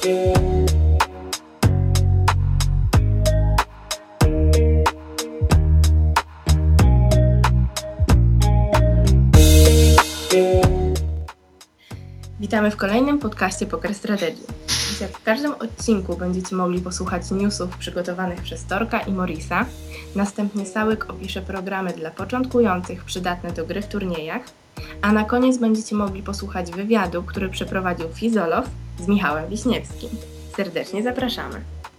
Witamy w kolejnym podcaście Poker Strategy. Dzisiaj w każdym odcinku będziecie mogli posłuchać newsów przygotowanych przez Torka i Morisa. Następnie Sałyk opisze programy dla początkujących przydatne do gry w turniejach. A na koniec będziecie mogli posłuchać wywiadu, który przeprowadził Fizolow z Michałem Wiśniewskim. Serdecznie zapraszamy.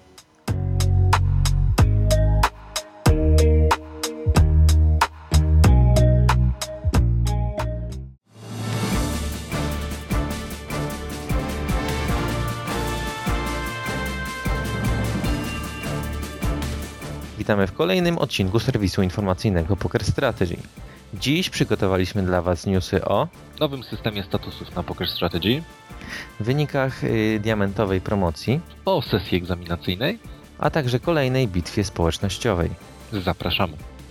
Witamy w kolejnym odcinku serwisu informacyjnego Poker Strategy. Dziś przygotowaliśmy dla Was newsy o nowym systemie statusów na Poker Strategy, wynikach diamentowej promocji, o sesji egzaminacyjnej, a także kolejnej bitwie społecznościowej. Zapraszamy.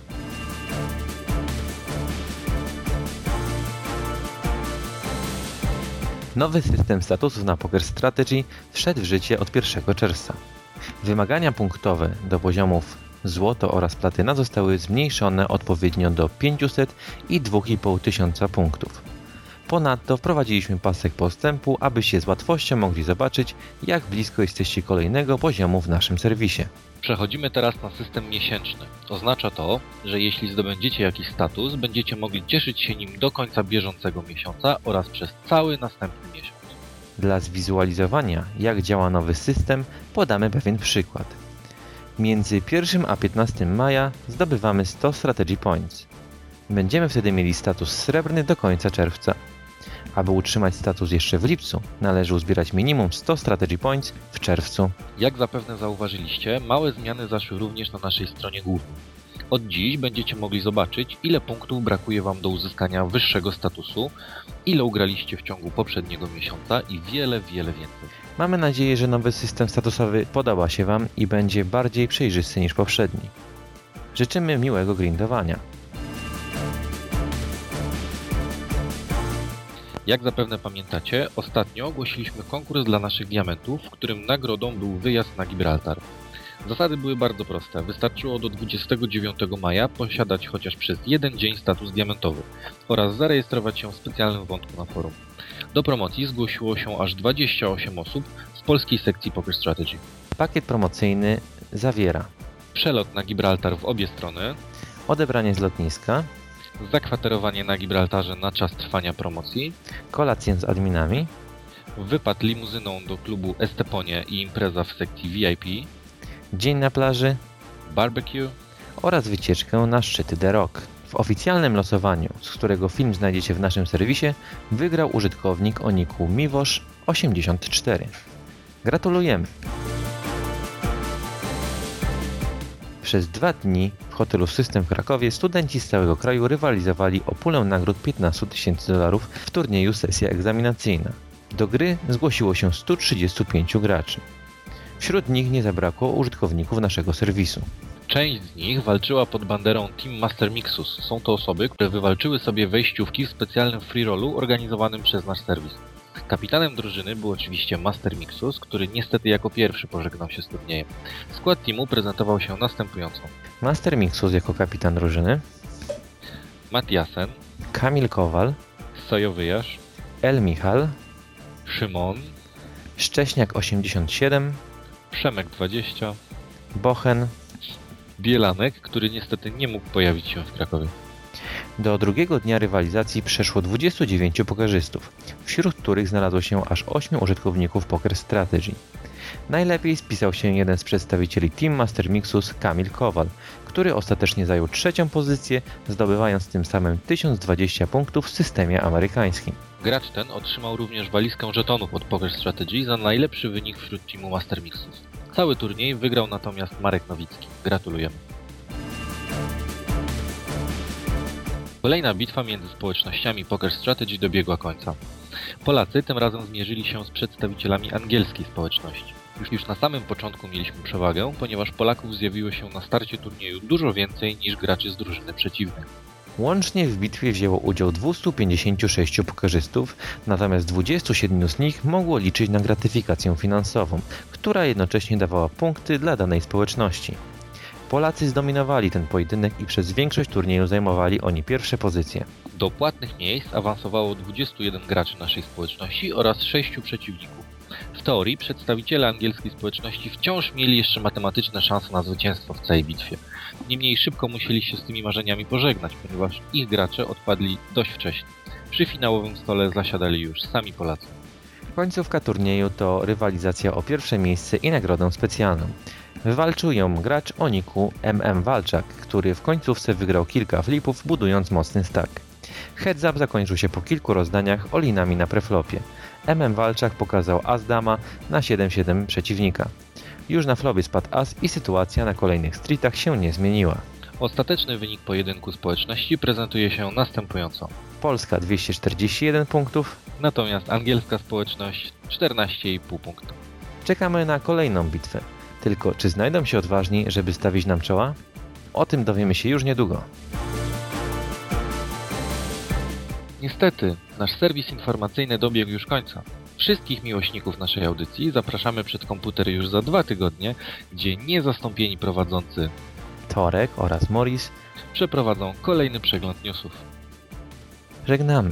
Nowy system statusów na Poker Strategy wszedł w życie od 1 czerwca. Wymagania punktowe do poziomów złoto oraz platyna zostały zmniejszone odpowiednio do 500 i 2500 punktów. Ponadto wprowadziliśmy pasek postępu, abyście z łatwością mogli zobaczyć, jak blisko jesteście kolejnego poziomu w naszym serwisie. Przechodzimy teraz na system miesięczny. Oznacza to, że jeśli zdobędziecie jakiś status, będziecie mogli cieszyć się nim do końca bieżącego miesiąca oraz przez cały następny miesiąc. Dla zwizualizowania, jak działa nowy system, podamy pewien przykład. Między 1 a 15 maja zdobywamy 100 Strategy Points. Będziemy wtedy mieli status srebrny do końca czerwca. Aby utrzymać status jeszcze w lipcu, należy uzbierać minimum 100 Strategy Points w czerwcu. Jak zapewne zauważyliście, małe zmiany zaszły również na naszej stronie głównej. Od dziś będziecie mogli zobaczyć, ile punktów brakuje Wam do uzyskania wyższego statusu, ile ugraliście w ciągu poprzedniego miesiąca i wiele więcej. Mamy nadzieję, że nowy system statusowy podoba się Wam i będzie bardziej przejrzysty niż poprzedni. Życzymy miłego grindowania. Jak zapewne pamiętacie, ostatnio ogłosiliśmy konkurs dla naszych diamentów, w którym nagrodą był wyjazd na Gibraltar. Zasady były bardzo proste. Wystarczyło do 29 maja posiadać chociaż przez jeden dzień status diamentowy oraz zarejestrować się w specjalnym wątku na forum. Do promocji zgłosiło się aż 28 osób z polskiej sekcji Poker Strategy. Pakiet promocyjny zawiera przelot na Gibraltar w obie strony, odebranie z lotniska, zakwaterowanie na Gibraltarze na czas trwania promocji, kolację z adminami, wypad limuzyną do klubu Esteponie i impreza w sekcji VIP, dzień na plaży, barbecue oraz wycieczkę na szczyty The Rock. W oficjalnym losowaniu, z którego film znajdziecie w naszym serwisie, wygrał użytkownik o nicku Miwosz84. Gratulujemy! Przez 2 dni w hotelu System w Krakowie studenci z całego kraju rywalizowali o pulę nagród $15 000 w turnieju Sesja egzaminacyjna. Do gry zgłosiło się 135 graczy. Wśród nich nie zabrakło użytkowników naszego serwisu. Część z nich walczyła pod banderą Team Master Mixus. Są to osoby, które wywalczyły sobie wejściówki w specjalnym free rollu organizowanym przez nasz serwis. Kapitanem drużyny był oczywiście Master Mixus, który niestety jako pierwszy pożegnał się z turniejem. Skład teamu prezentował się następująco. Master Mixus jako kapitan drużyny, Matiasen, Kamil Kowal, Sojowyjasz, El Michal, Szymon, Szcześniak 87, Przemek 20, Bochen. Bielanek, który niestety nie mógł pojawić się w Krakowie. Do drugiego dnia rywalizacji przeszło 29 pokerzystów, wśród których znalazło się aż 8 użytkowników Poker Strategy. Najlepiej spisał się jeden z przedstawicieli Team Master Mixus, Kamil Kowal, który ostatecznie zajął 3. pozycję, zdobywając tym samym 1020 punktów w systemie amerykańskim. Gracz ten otrzymał również walizkę żetonów od Poker Strategy za najlepszy wynik wśród teamu Master Mixus. Cały turniej wygrał natomiast Marek Nowicki. Gratulujemy. Kolejna bitwa między społecznościami Poker Strategy dobiegła końca. Polacy tym razem zmierzyli się z przedstawicielami angielskiej społeczności. Już na samym początku mieliśmy przewagę, ponieważ Polaków zjawiło się na starcie turnieju dużo więcej niż graczy z drużyny przeciwnej. Łącznie w bitwie wzięło udział 256 pokerzystów, natomiast 27 z nich mogło liczyć na gratyfikację finansową, która jednocześnie dawała punkty dla danej społeczności. Polacy zdominowali ten pojedynek i przez większość turnieju zajmowali oni pierwsze pozycje. Do płatnych miejsc awansowało 21 graczy naszej społeczności oraz 6 przeciwników. W teorii przedstawiciele angielskiej społeczności wciąż mieli jeszcze matematyczne szanse na zwycięstwo w całej bitwie. Niemniej szybko musieli się z tymi marzeniami pożegnać, ponieważ ich gracze odpadli dość wcześnie. Przy finałowym stole zasiadali już sami Polacy. Końcówka turnieju to rywalizacja o pierwsze miejsce i nagrodę specjalną. Wywalczył ją gracz o niku MM Walczak, który w końcówce wygrał kilka flipów, budując mocny stack. Heads up zakończył się po kilku rozdaniach olinami na preflopie. MM Walczak pokazał as-dama na 7-7 przeciwnika. Już na flopie spadł as i sytuacja na kolejnych streetach się nie zmieniła. Ostateczny wynik pojedynku społeczności prezentuje się następująco. Polska 241 punktów. Natomiast angielska społeczność 14,5 punktów. Czekamy na kolejną bitwę. Tylko czy znajdą się odważni, żeby stawić nam czoła? O tym dowiemy się już niedługo. Niestety, nasz serwis informacyjny dobiegł już końca. Wszystkich miłośników naszej audycji zapraszamy przed komputer już za 2 tygodnie, gdzie niezastąpieni prowadzący Torek oraz Morris przeprowadzą kolejny przegląd newsów. żegnamy.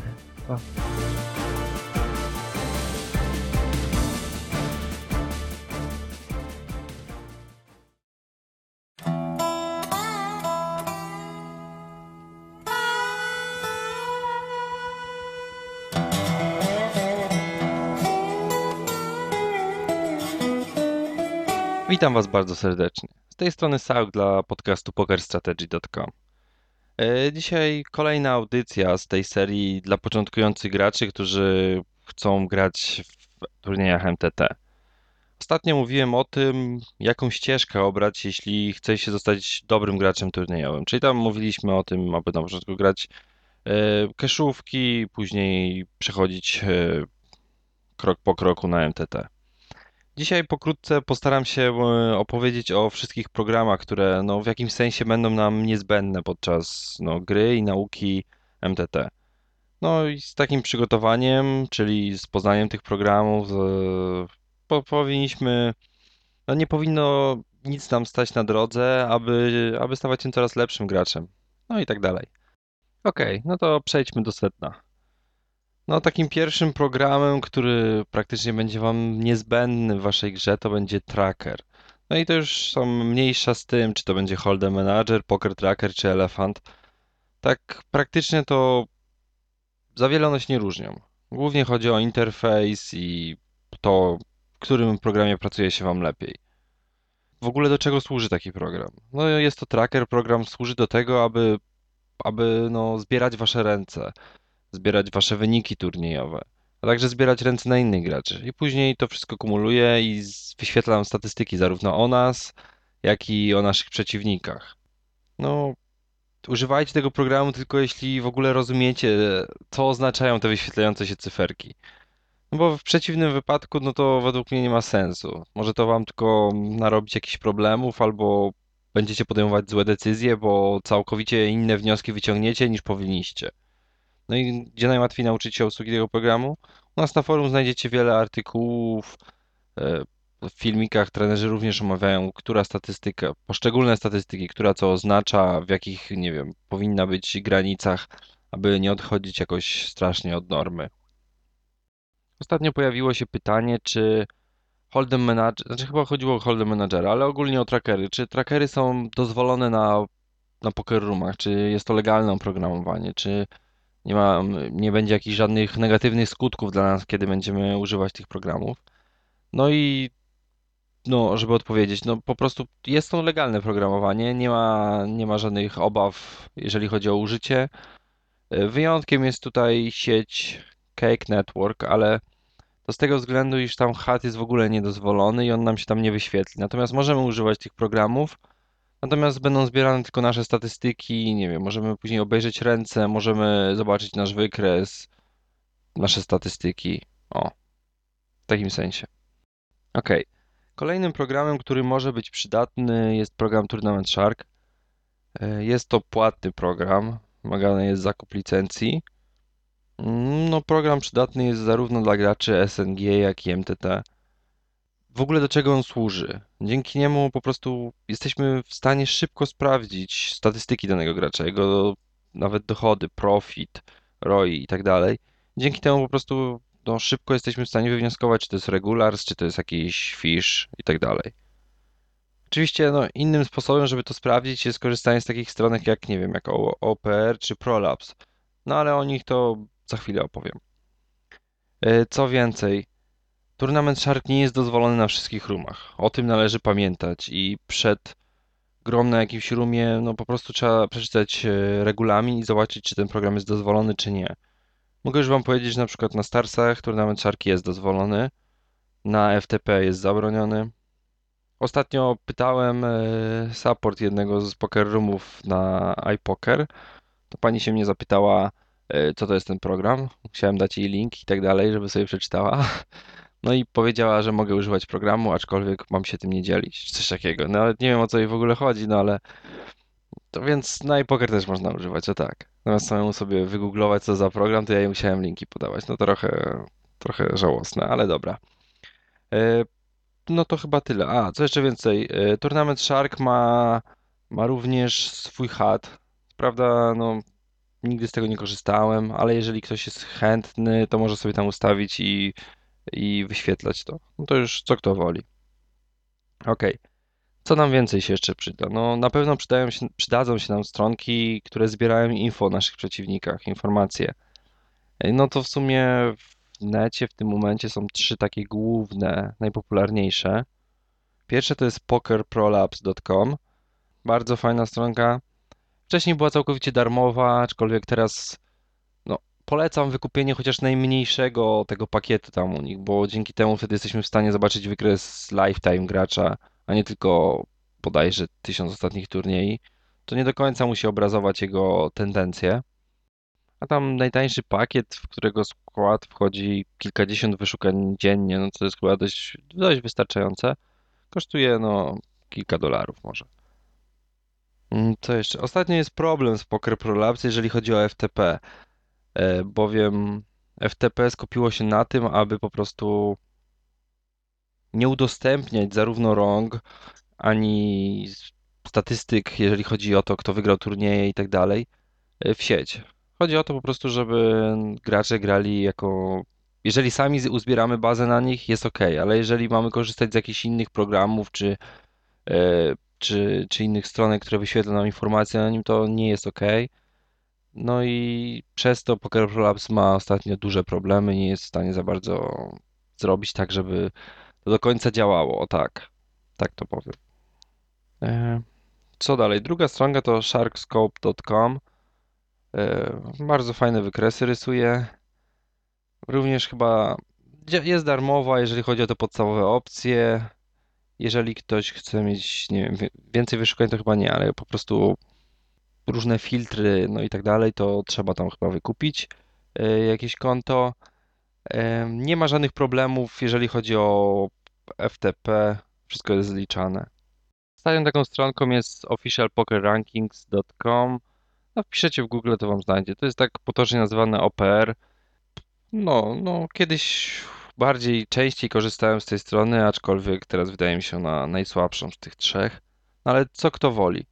Witam Was bardzo serdecznie. Z tej strony Sauk dla podcastu pokerstrategy.com. Dzisiaj kolejna audycja z tej serii dla początkujących graczy, którzy chcą grać w turniejach MTT. Ostatnio mówiłem o tym, jaką ścieżkę obrać, jeśli chce się zostać dobrym graczem turniejowym. Czyli tam mówiliśmy o tym, aby na początku grać keszówki, później przechodzić krok po kroku na MTT. Dzisiaj pokrótce postaram się opowiedzieć o wszystkich programach, które w jakimś sensie będą nam niezbędne podczas gry i nauki MTT. No i z takim przygotowaniem, czyli z poznaniem tych programów, powinniśmy, nie powinno nic nam stać na drodze, aby stawać się coraz lepszym graczem. No i tak dalej. Okej, no to przejdźmy do sedna. Takim pierwszym programem, który praktycznie będzie Wam niezbędny w Waszej grze, to będzie Tracker. No i to już są mniejsza z tym, czy to będzie Hold'em Manager, Poker Tracker czy Elephant. Tak praktycznie to za wiele one się nie różnią. Głównie chodzi o interfejs i to, w którym programie pracuje się Wam lepiej. W ogóle do czego służy taki program? No jest to Tracker, program służy do tego, aby zbierać Wasze ręce, zbierać Wasze wyniki turniejowe, a także zbierać ręce na innych graczy. I później to wszystko kumuluje i wyświetla nam statystyki zarówno o nas, jak i o naszych przeciwnikach. Używajcie tego programu tylko jeśli w ogóle rozumiecie, co oznaczają te wyświetlające się cyferki. Bo w przeciwnym wypadku, to według mnie nie ma sensu. Może to Wam tylko narobić jakichś problemów, albo będziecie podejmować złe decyzje, bo całkowicie inne wnioski wyciągniecie niż powinniście. No i gdzie najłatwiej nauczyć się obsługi tego programu? U nas na forum znajdziecie wiele artykułów, w filmikach trenerzy również omawiają, która statystyka, poszczególne statystyki, która co oznacza, w jakich, nie wiem, powinna być granicach, aby nie odchodzić jakoś strasznie od normy. Ostatnio pojawiło się pytanie, czy Hold'em Manager, znaczy chyba chodziło o Hold'em Managera, ale ogólnie o trackery. Czy trackery są dozwolone na poker roomach? Czy jest to legalne oprogramowanie? Czy nie będzie jakichś żadnych negatywnych skutków dla nas, kiedy będziemy używać tych programów? No i żeby odpowiedzieć, po prostu jest to legalne programowanie, nie ma żadnych obaw, jeżeli chodzi o użycie. Wyjątkiem jest tutaj sieć Cake Network, ale to z tego względu, iż tam HUD jest w ogóle niedozwolony i on nam się tam nie wyświetli. Natomiast możemy używać tych programów, natomiast będą zbierane tylko nasze statystyki, nie wiem, możemy później obejrzeć ręce, możemy zobaczyć nasz wykres, nasze statystyki. W takim sensie. Okej. Kolejnym programem, który może być przydatny, jest program Tournament Shark. Jest to płatny program. wymagany jest zakup licencji. No, program przydatny jest zarówno dla graczy SNG, jak i MTT. W ogóle do czego on służy? Dzięki niemu po prostu jesteśmy w stanie szybko sprawdzić statystyki danego gracza, jego nawet dochody, profit, ROI i tak dalej. Dzięki temu po prostu no, szybko jesteśmy w stanie wywnioskować, czy to jest regulars, czy to jest jakiś fish i tak dalej. Oczywiście no, innym sposobem, żeby to sprawdzić, jest korzystanie z takich stronek jak, nie wiem, jak OPR czy Prolabs. No ale o nich to za chwilę opowiem. Co więcej, Tournament Shark nie jest dozwolony na wszystkich roomach. O tym należy pamiętać i przed grą na jakimś roomie, no po prostu trzeba przeczytać regulamin i zobaczyć, czy ten program jest dozwolony, czy nie. Mogę już wam powiedzieć, że na przykład na Starsach Tournament Shark jest dozwolony, na FTP jest zabroniony. Ostatnio pytałem support jednego z poker roomów na iPoker, to pani się mnie zapytała, co to jest ten program. Chciałem dać jej link i tak dalej, żeby sobie przeczytała. No i powiedziała, że mogę używać programu, aczkolwiek mam się tym nie dzielić, coś takiego. Nawet nie wiem, o co jej w ogóle chodzi, no ale to więc na iPoker też można używać, o tak. Zamiast samemu sobie wygooglować, co za program, to ja jej musiałem linki podawać. No trochę żałosne, ale dobra. E, No to chyba tyle. A, co jeszcze więcej? Tournament Shark ma również swój HUD. Prawda, no nigdy z tego nie korzystałem, ale jeżeli ktoś jest chętny, to może sobie tam ustawić i wyświetlać to. No to już co kto woli. Okej. Co nam więcej się jeszcze przyda? No na pewno przydadzą się nam stronki, które zbierają info o naszych przeciwnikach, informacje. No to w sumie w necie w tym momencie są trzy takie główne, najpopularniejsze. Pierwsze to jest pokerprolabs.com. Bardzo fajna stronka. Wcześniej była całkowicie darmowa, aczkolwiek teraz no, polecam wykupienie chociaż najmniejszego tego pakietu tam u nich, bo dzięki temu wtedy jesteśmy w stanie zobaczyć wykres lifetime gracza, a nie tylko bodajże 1000 ostatnich turniej. To nie do końca musi obrazować jego tendencje. A tam najtańszy pakiet, w którego skład wchodzi kilkadziesiąt wyszukań dziennie, no to jest chyba dość wystarczające. Kosztuje no kilka dolarów może. Co jeszcze? Ostatnio jest problem z Poker Prolapse, jeżeli chodzi o FTP, bowiem FTP skupiło się na tym, aby po prostu nie udostępniać zarówno rąk, ani statystyk, jeżeli chodzi o to, kto wygrał turnieje i tak dalej, w sieć. Chodzi o to po prostu, żeby gracze grali jako. Jeżeli sami uzbieramy bazę na nich, jest ok, ale jeżeli mamy korzystać z jakichś innych programów e, czy innych stronek, które wyświetlą nam informacje na nim, to nie jest ok. No i przez to Poker Prolapse ma ostatnio duże problemy, nie jest w stanie za bardzo zrobić tak, żeby to do końca działało. O tak, tak to powiem. E, Co dalej? Druga stronka to sharkscope.com. Bardzo fajne wykresy rysuje. Również chyba jest darmowa, jeżeli chodzi o te podstawowe opcje. Jeżeli ktoś chce mieć, nie wiem, więcej wyszukań, to chyba nie, ale po prostu różne filtry, no i tak dalej, to trzeba tam chyba wykupić jakieś konto. Nie ma żadnych problemów, jeżeli chodzi o FTP, wszystko jest zliczane. Ostatnią taką stronką jest officialpokerrankings.com. No, wpiszecie w Google, to wam znajdzie. To jest tak potocznie nazywane OPR. No, kiedyś częściej korzystałem z tej strony, aczkolwiek teraz wydaje mi się ona najsłabszą z tych trzech. No, ale co kto woli.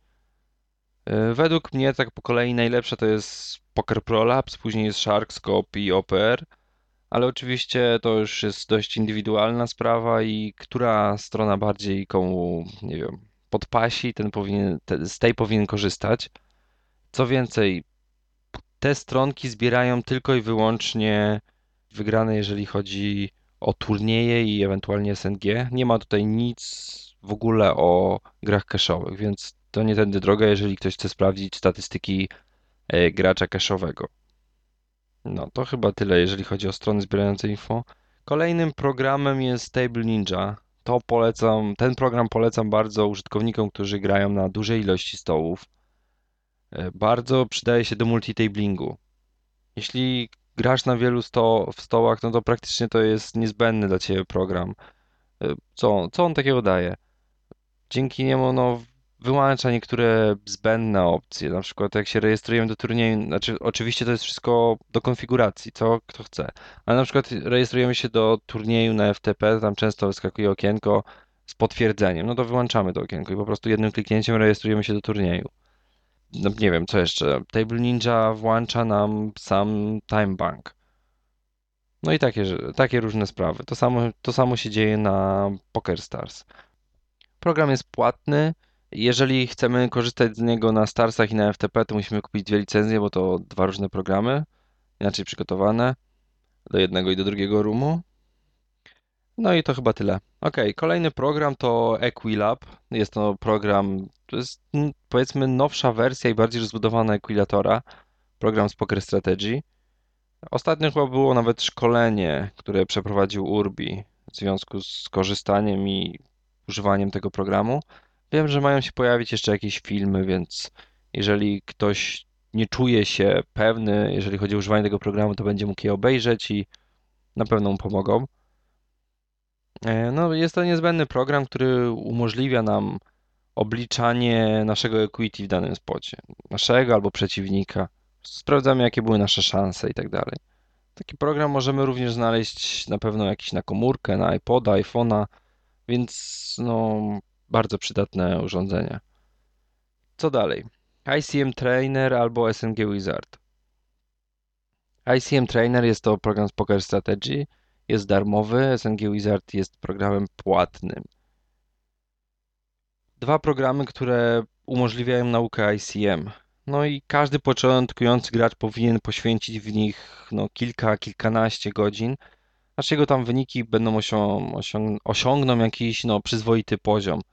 Według mnie tak po kolei najlepsze to jest Poker Prolapse, później jest Sharkscope i OPR, ale oczywiście to już jest dość indywidualna sprawa i która strona bardziej komu, nie wiem, podpasi, z tej powinien korzystać. Co więcej, te stronki zbierają tylko i wyłącznie wygrane, jeżeli chodzi o turnieje i ewentualnie SNG. Nie ma tutaj nic w ogóle o grach cashowych, więc to nie tędy droga, jeżeli ktoś chce sprawdzić statystyki gracza cashowego. No to chyba tyle, jeżeli chodzi o strony zbierające info. Kolejnym programem jest Table Ninja. Ten program polecam bardzo użytkownikom, którzy grają na dużej ilości stołów. Bardzo przydaje się do multitablingu. Jeśli grasz na wielu stołach, no to praktycznie to jest niezbędny dla ciebie program. Co on takiego daje? Dzięki niemu no, wyłącza niektóre zbędne opcje. Na przykład jak się rejestrujemy do turnieju, znaczy oczywiście to jest wszystko do konfiguracji, co kto chce. Ale na przykład rejestrujemy się do turnieju na FTP, tam często wyskakuje okienko z potwierdzeniem. No to wyłączamy to okienko i po prostu jednym kliknięciem rejestrujemy się do turnieju. No, nie wiem, co jeszcze. Table Ninja włącza nam sam Time Bank. No i takie różne sprawy. To samo się dzieje na PokerStars. Program jest płatny. Jeżeli chcemy korzystać z niego na Starsach i na FTP, to musimy kupić dwie licencje, bo to dwa różne programy, inaczej przygotowane, do jednego i do drugiego roomu. No i to chyba tyle. Ok, kolejny program to Equilab. Jest to program, to jest powiedzmy nowsza wersja i bardziej rozbudowana Equilatora. Program z Poker Strategy. Ostatnio chyba było nawet szkolenie, które przeprowadził Urbi w związku z korzystaniem i używaniem tego programu. Wiem, że mają się pojawić jeszcze jakieś filmy, więc jeżeli ktoś nie czuje się pewny, jeżeli chodzi o używanie tego programu, to będzie mógł je obejrzeć i na pewno mu pomogą. No, jest to niezbędny program, który umożliwia nam obliczanie naszego equity w danym spocie. Naszego albo przeciwnika. Sprawdzamy, jakie były nasze szanse i tak dalej. Taki program możemy również znaleźć na pewno jakiś na komórkę, na iPoda, iPhone'a, więc no bardzo przydatne urządzenie. Co dalej? ICM Trainer albo SNG Wizard. ICM Trainer jest to program z Poker Strategy, jest darmowy, SNG Wizard jest programem płatnym. Dwa programy, które umożliwiają naukę ICM. No i każdy początkujący gracz powinien poświęcić w nich kilkanaście godzin, aż jego tam wyniki będą osiągną jakiś przyzwoity poziom.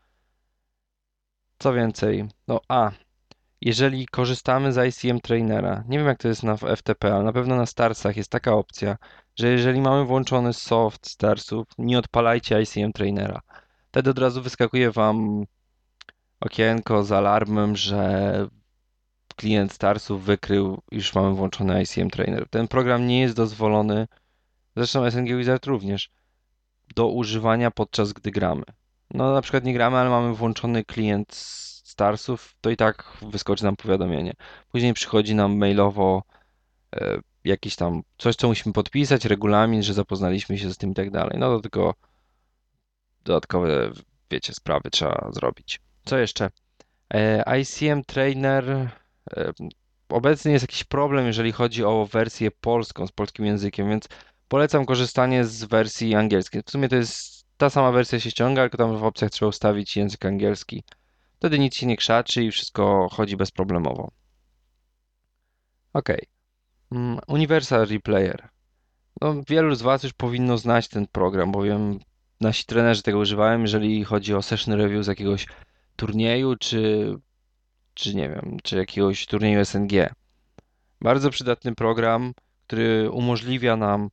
Co więcej, jeżeli korzystamy z ICM Trainera, nie wiem jak to jest na FTP, ale na pewno na Starsach jest taka opcja, że jeżeli mamy włączony soft Starsów, nie odpalajcie ICM Trainera. Wtedy od razu wyskakuje Wam okienko z alarmem, że klient Starsów wykrył, iż mamy włączony ICM Trainer. Ten program nie jest dozwolony, zresztą SNG Wizard również, do używania podczas gdy gramy. No na przykład nie gramy, ale mamy włączony klient Starsów, to i tak wyskoczy nam powiadomienie. Później przychodzi nam mailowo jakieś tam coś, co musimy podpisać, regulamin, że zapoznaliśmy się z tym i tak dalej. No to tylko dodatkowe, wiecie, sprawy trzeba zrobić. Co jeszcze? ICM Trainer. Obecnie jest jakiś problem, jeżeli chodzi o wersję polską, z polskim językiem, więc polecam korzystanie z wersji angielskiej. W sumie to jest ta sama wersja się ściąga, tylko tam w opcjach trzeba ustawić język angielski. Wtedy nic się nie krzaczy i wszystko chodzi bezproblemowo. Ok. Universal Replayer. No, wielu z Was już powinno znać ten program, bowiem nasi trenerzy tego używają, jeżeli chodzi o session review z jakiegoś turnieju, czy nie wiem, czy jakiegoś turnieju SNG. Bardzo przydatny program, który umożliwia nam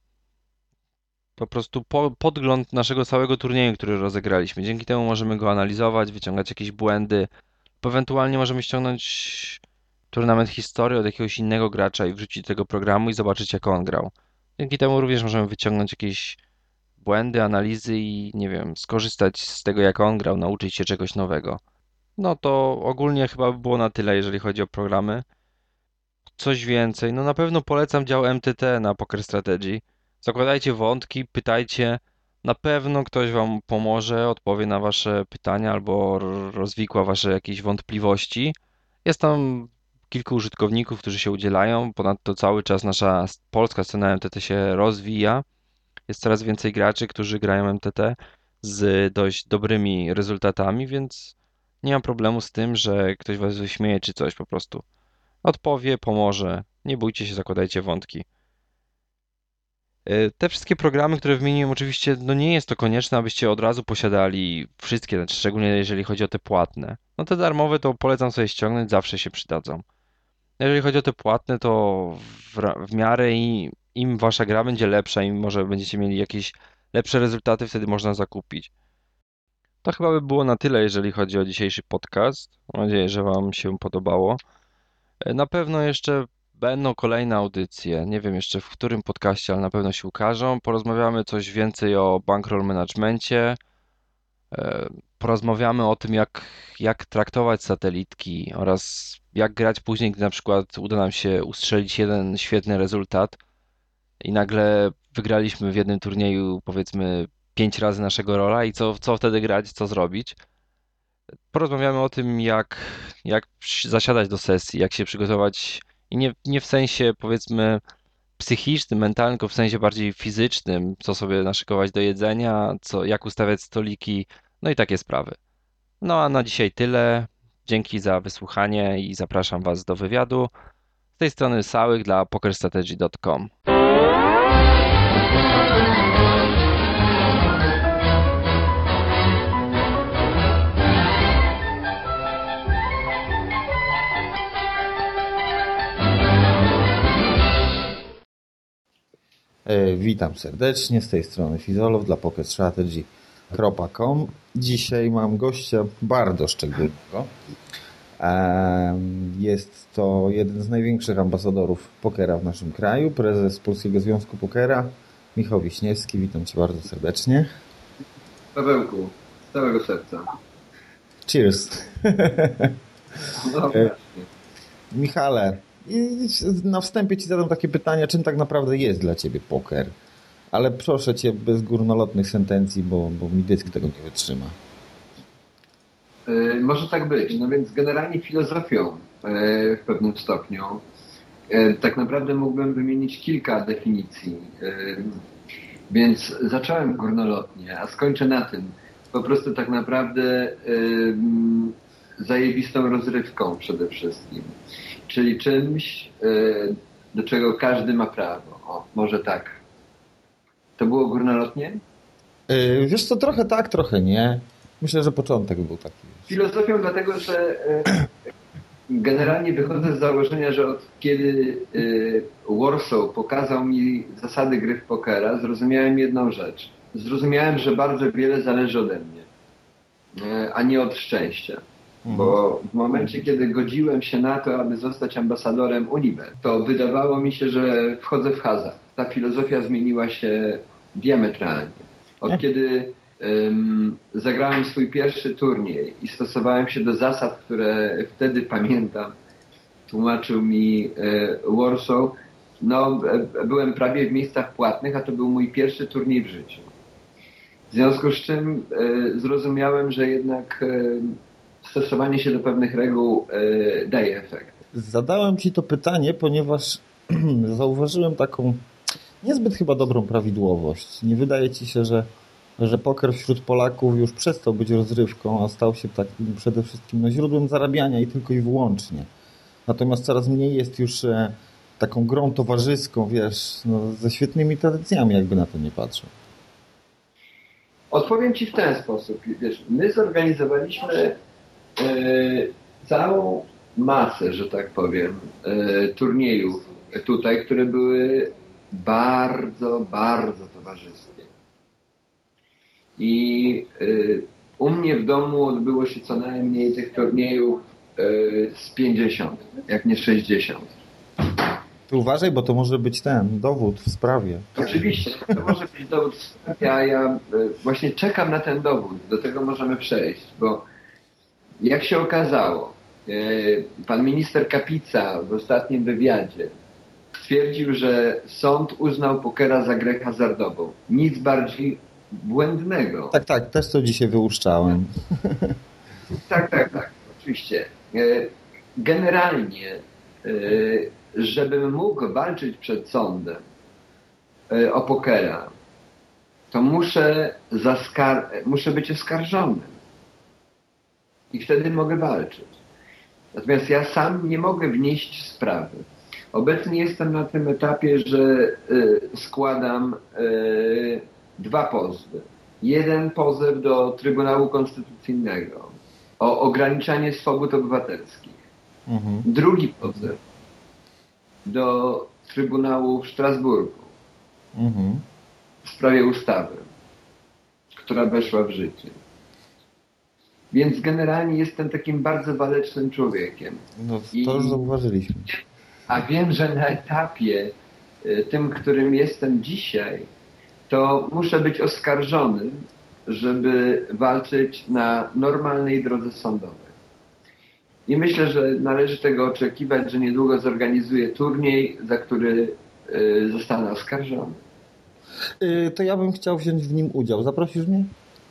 po prostu podgląd naszego całego turnieju, który rozegraliśmy. Dzięki temu możemy go analizować, wyciągać jakieś błędy, ewentualnie możemy ściągnąć turnament historii od jakiegoś innego gracza i wrzucić do tego programu i zobaczyć, jak on grał. Dzięki temu również możemy wyciągnąć jakieś błędy, analizy i nie wiem, skorzystać z tego, jak on grał, nauczyć się czegoś nowego. No to ogólnie chyba by było na tyle, jeżeli chodzi o programy. Coś więcej, no na pewno polecam dział MTT na Poker Strategy. Zakładajcie wątki, pytajcie. Na pewno ktoś Wam pomoże, odpowie na Wasze pytania albo rozwikła Wasze jakieś wątpliwości. Jest tam kilku użytkowników, którzy się udzielają. Ponadto cały czas nasza polska scena MTT się rozwija. Jest coraz więcej graczy, którzy grają MTT z dość dobrymi rezultatami, więc nie mam problemu z tym, że ktoś Was wyśmieje czy coś po prostu. Odpowie, pomoże. Nie bójcie się, zakładajcie wątki. Te wszystkie programy, które wymieniłem, oczywiście, no nie jest to konieczne, abyście od razu posiadali wszystkie, znaczy szczególnie jeżeli chodzi o te płatne. No te darmowe to polecam sobie ściągnąć, zawsze się przydadzą. Jeżeli chodzi o te płatne, to w miarę im wasza gra będzie lepsza, im może będziecie mieli jakieś lepsze rezultaty, wtedy można zakupić. To chyba by było na tyle, jeżeli chodzi o dzisiejszy podcast. Mam nadzieję, że Wam się podobało. Na pewno jeszcze będą kolejne audycje. Nie wiem jeszcze w którym podcaście, ale na pewno się ukażą. Porozmawiamy coś więcej o bankroll managemencie. Porozmawiamy o tym, jak traktować satelitki oraz jak grać później, gdy na przykład uda nam się ustrzelić jeden świetny rezultat i nagle wygraliśmy w jednym turnieju, powiedzmy, 5 razy naszego rola i co wtedy grać, co zrobić. Porozmawiamy o tym, jak zasiadać do sesji, jak się przygotować i nie w sensie, powiedzmy, psychicznym, mentalnym, tylko w sensie bardziej fizycznym, co sobie naszykować do jedzenia, jak ustawiać stoliki, no i takie sprawy. No a na dzisiaj tyle. Dzięki za wysłuchanie i zapraszam Was do wywiadu. Z tej strony Sałyk dla pokerstrategy.com. Witam serdecznie, z tej strony Fizolow dla pokerstrategy.com. Dzisiaj mam gościa bardzo szczególnego. Jest to jeden z największych ambasadorów pokera w naszym kraju, prezes Polskiego Związku Pokera, Michał Wiśniewski. Witam Cię bardzo serdecznie. Pawełku, z całego serca. Cheers. No, właśnie. Michale, na wstępie Ci zadam takie pytanie, czym tak naprawdę jest dla Ciebie poker? Ale proszę Cię bez górnolotnych sentencji, bo mi dysk tego nie wytrzyma. Może tak być. No więc generalnie filozofią w pewnym stopniu. Tak naprawdę mógłbym wymienić kilka definicji. Więc zacząłem górnolotnie, a skończę na tym. Po prostu tak naprawdę zajebistą rozrywką przede wszystkim. Czyli czymś, do czego każdy ma prawo. O, może tak. To było górnolotnie? Wiesz co, trochę tak, trochę nie. Myślę, że początek był taki. Filozofią dlatego, że generalnie wychodzę z założenia, że od kiedy Warsaw pokazał mi zasady gry w pokera, zrozumiałem jedną rzecz. Zrozumiałem, że bardzo wiele zależy ode mnie, a nie od szczęścia. Bo w momencie, kiedy godziłem się na to, aby zostać ambasadorem Unibet, to wydawało mi się, że wchodzę w hazard. Ta filozofia zmieniła się diametralnie. Od kiedy zagrałem swój pierwszy turniej i stosowałem się do zasad, które wtedy pamiętam, tłumaczył mi Warsaw, no byłem prawie w miejscach płatnych, a to był mój pierwszy turniej w życiu. W związku z czym zrozumiałem, że jednak stosowanie się do pewnych reguł daje efekt. Zadałem Ci to pytanie, ponieważ zauważyłem taką niezbyt chyba dobrą prawidłowość. Nie wydaje Ci się, że poker wśród Polaków już przestał być rozrywką, a stał się takim przede wszystkim źródłem zarabiania i tylko i wyłącznie. Natomiast coraz mniej jest już taką grą towarzyską, wiesz, ze świetnymi tradycjami, jakby na to nie patrzył. Odpowiem Ci w ten sposób. Wiesz, my zorganizowaliśmy całą masę, że tak powiem, turniejów tutaj, które były bardzo, bardzo towarzyskie. I u mnie w domu odbyło się co najmniej tych turniejów z 50, jak nie 60. Ty uważaj, bo to może być ten dowód w sprawie. Oczywiście, to może być dowód w sprawie, a ja właśnie czekam na ten dowód. Do tego możemy przejść, bo jak się okazało, pan minister Kapica w ostatnim wywiadzie stwierdził, że sąd uznał pokera za grę hazardową. Nic bardziej błędnego. Tak, też to dzisiaj wyłuszczałem. Tak, oczywiście. Generalnie, żebym mógł walczyć przed sądem o pokera, to muszę być oskarżonym. I wtedy mogę walczyć. Natomiast ja sam nie mogę wnieść sprawy. Obecnie jestem na tym etapie, że składam 2 pozwy. Jeden pozew do Trybunału Konstytucyjnego o ograniczanie swobód obywatelskich. Drugi pozew do Trybunału w Strasburgu w sprawie ustawy, która weszła w życie. Więc generalnie jestem takim bardzo walecznym człowiekiem. No to już zauważyliśmy. A wiem, że na etapie tym, którym jestem dzisiaj, to muszę być oskarżonym żeby walczyć na normalnej drodze sądowej. I myślę, że należy tego oczekiwać, że niedługo zorganizuje turniej, za który zostanę oskarżony. To ja bym chciał wziąć w nim udział. Zaprosisz mnie?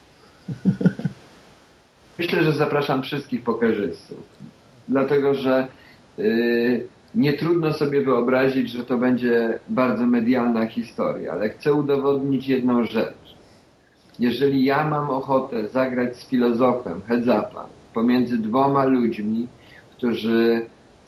Myślę, że zapraszam wszystkich pokerzystów. Dlatego, że nie trudno sobie wyobrazić, że to będzie bardzo medialna historia, ale chcę udowodnić jedną rzecz. Jeżeli ja mam ochotę zagrać z filozofem heads-upa pomiędzy dwoma ludźmi, którzy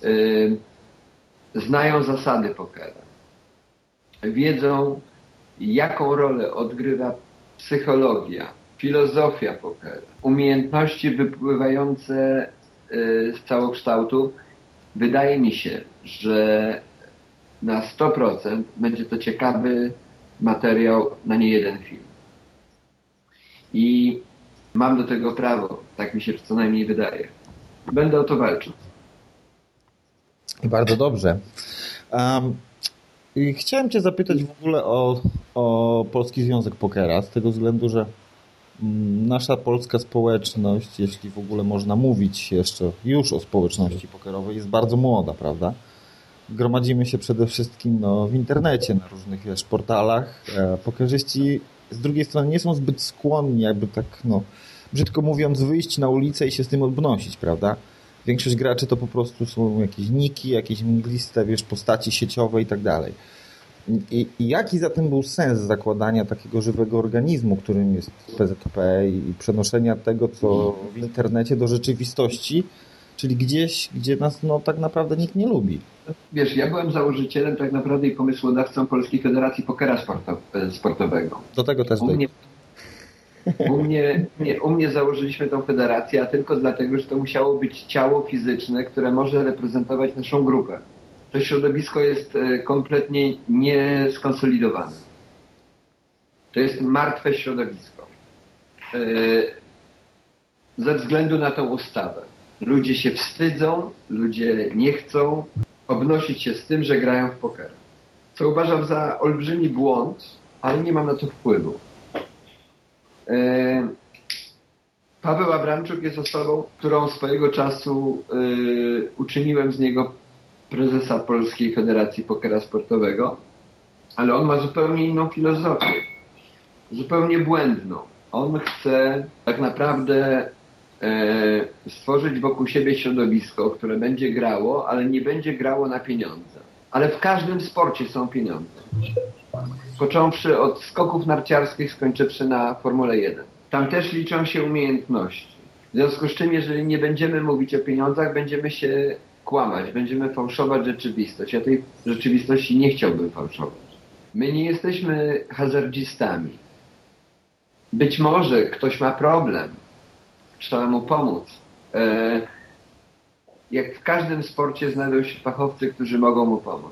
znają zasady pokera, wiedzą, jaką rolę odgrywa psychologia, filozofia pokera, umiejętności wypływające z całokształtu, wydaje mi się, że na 100% będzie to ciekawy materiał na niejeden film. I mam do tego prawo, tak mi się co najmniej wydaje. Będę o to walczył. Bardzo dobrze. I chciałem Cię zapytać w ogóle o Polski Związek Pokera, z tego względu, że nasza polska społeczność, jeśli w ogóle można mówić jeszcze już o społeczności pokerowej, jest bardzo młoda, prawda? Gromadzimy się przede wszystkim w internecie, na różnych portalach. Pokerzyści z drugiej strony nie są zbyt skłonni, jakby tak, brzydko mówiąc, wyjść na ulicę i się z tym obnosić, prawda? Większość graczy to po prostu są jakieś niki, jakieś mgliste, postaci sieciowe i tak dalej. I jaki zatem był sens zakładania takiego żywego organizmu, którym jest PZP i przenoszenia tego, co w internecie do rzeczywistości, czyli gdzieś, gdzie nas tak naprawdę nikt nie lubi? Wiesz, ja byłem założycielem tak naprawdę i pomysłodawcą Polskiej Federacji Pokera Sportowego. Do tego też U mnie założyliśmy tą federację, a tylko dlatego, że to musiało być ciało fizyczne, które może reprezentować naszą grupę. To środowisko jest kompletnie nieskonsolidowane. To jest martwe środowisko. Ze względu na tą ustawę. Ludzie się wstydzą, ludzie nie chcą obnosić się z tym, że grają w poker. Co uważam za olbrzymi błąd, ale nie mam na to wpływu. Paweł Abramczuk jest osobą, którą swojego czasu uczyniłem z niego prezesa Polskiej Federacji Pokera Sportowego, ale on ma zupełnie inną filozofię, zupełnie błędną. On chce tak naprawdę stworzyć wokół siebie środowisko, które będzie grało, ale nie będzie grało na pieniądze. Ale w każdym sporcie są pieniądze. Począwszy od skoków narciarskich, skończywszy na Formule 1. Tam też liczą się umiejętności. W związku z czym, jeżeli nie będziemy mówić o pieniądzach, będziemy się kłamać, będziemy fałszować rzeczywistość. Ja tej rzeczywistości nie chciałbym fałszować. My nie jesteśmy hazardzistami. Być może ktoś ma problem, trzeba mu pomóc. Jak w każdym sporcie znajdą się fachowcy, którzy mogą mu pomóc.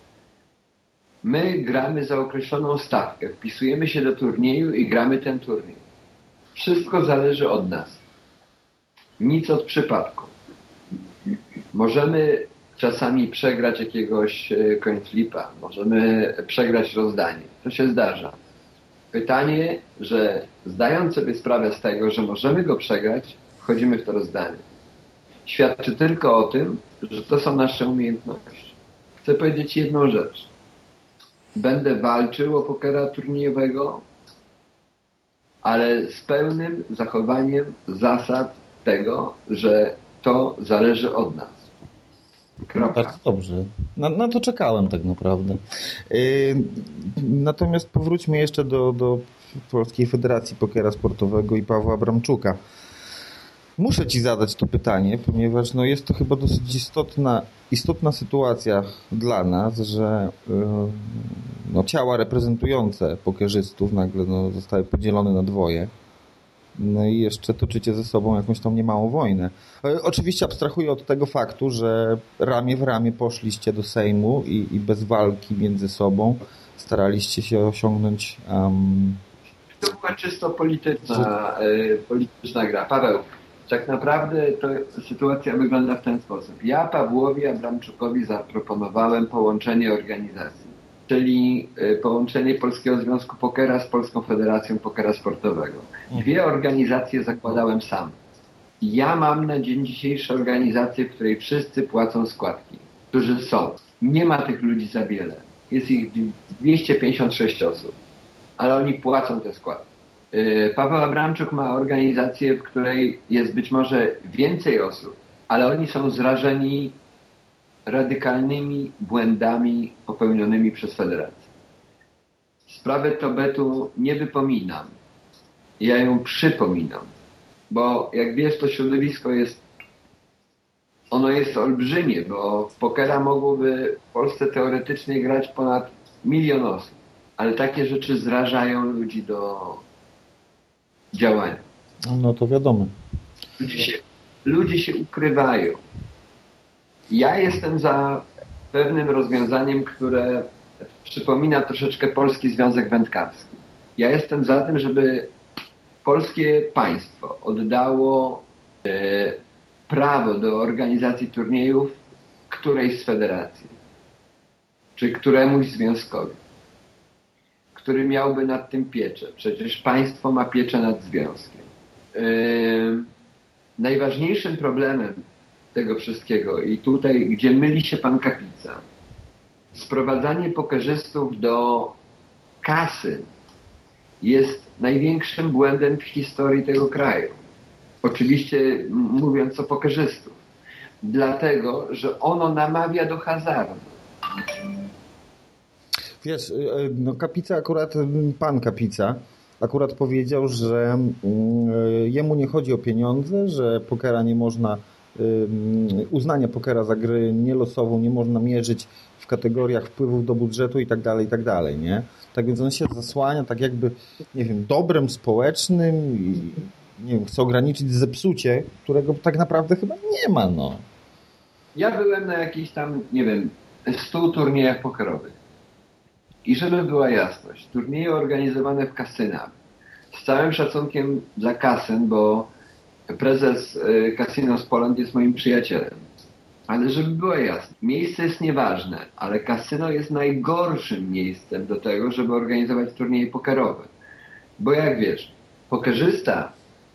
My gramy za określoną stawkę, wpisujemy się do turnieju i gramy ten turniej. Wszystko zależy od nas. Nic od przypadku. Możemy czasami przegrać jakiegoś coin flipa, możemy przegrać rozdanie. To się zdarza. Pytanie, że zdając sobie sprawę z tego, że możemy go przegrać, wchodzimy w to rozdanie. Świadczy tylko o tym, że to są nasze umiejętności. Chcę powiedzieć jedną rzecz. Będę walczył o pokera turniejowego, ale z pełnym zachowaniem zasad tego, że to zależy od nas. Kropka. Bardzo dobrze. Na to czekałem tak naprawdę. Natomiast powróćmy jeszcze do Polskiej Federacji Pokera Sportowego i Pawła Abramczuka. Muszę Ci zadać to pytanie, ponieważ jest to chyba dosyć istotna sytuacja dla nas, że ciała reprezentujące pokerzystów nagle zostały podzielone na dwoje. I jeszcze toczycie ze sobą jakąś tam niemałą wojnę. Oczywiście abstrahuję od tego faktu, że ramię w ramię poszliście do Sejmu i bez walki między sobą staraliście się osiągnąć... To była czysto polityczna gra. Paweł, tak naprawdę to sytuacja wygląda w ten sposób. Ja Pawłowi Abramczukowi zaproponowałem połączenie organizacji. czyli połączenie Polskiego Związku Pokera z Polską Federacją Pokera Sportowego. 2 organizacje zakładałem sam. Ja mam na dzień dzisiejszy organizację, w której wszyscy płacą składki, którzy są. Nie ma tych ludzi za wiele. Jest ich 256 osób, ale oni płacą te składki. Paweł Abramczuk ma organizację, w której jest być może więcej osób, ale oni są zrażeni radykalnymi błędami popełnionymi przez Federację. Sprawę Tobetu nie wypominam. Ja ją przypominam. Bo jak wiesz, to środowisko jest olbrzymie, bo w pokera mogłoby w Polsce teoretycznie grać ponad 1 000 000 osób. Ale takie rzeczy zrażają ludzi do działania. No to wiadomo. Ludzie się ukrywają. Ja jestem za pewnym rozwiązaniem, które przypomina troszeczkę Polski Związek Wędkarski. Ja jestem za tym, żeby polskie państwo oddało prawo do organizacji turniejów którejś z federacji, czy któremuś związkowi, który miałby nad tym pieczę. Przecież państwo ma pieczę nad związkiem. Najważniejszym problemem tego wszystkiego i tutaj, gdzie myli się pan Kapica, sprowadzanie pokerzystów do kasy jest największym błędem w historii tego kraju. Oczywiście mówiąc o pokerzystów. Dlatego, że ono namawia do hazardu. Wiesz, no Kapica akurat, pan Kapica akurat powiedział, że jemu nie chodzi o pieniądze, że pokera nie można, uznania pokera za grę nielosową nie można mierzyć w kategoriach wpływów do budżetu i tak dalej, nie? Tak więc on się zasłania tak jakby, nie wiem, dobrem społecznym i nie wiem, chce ograniczyć zepsucie, którego tak naprawdę chyba nie ma, no. Ja byłem na jakichś tam, nie wiem, 100 turniejach pokerowych. I żeby była jasność, turnieje organizowane w kasynach. Z całym szacunkiem dla kasyn, bo prezes Casinos Poland jest moim przyjacielem. Ale żeby była jasność, miejsce jest nieważne, ale kasyno jest najgorszym miejscem do tego, żeby organizować turnieje pokerowe. Bo jak wiesz, pokerzysta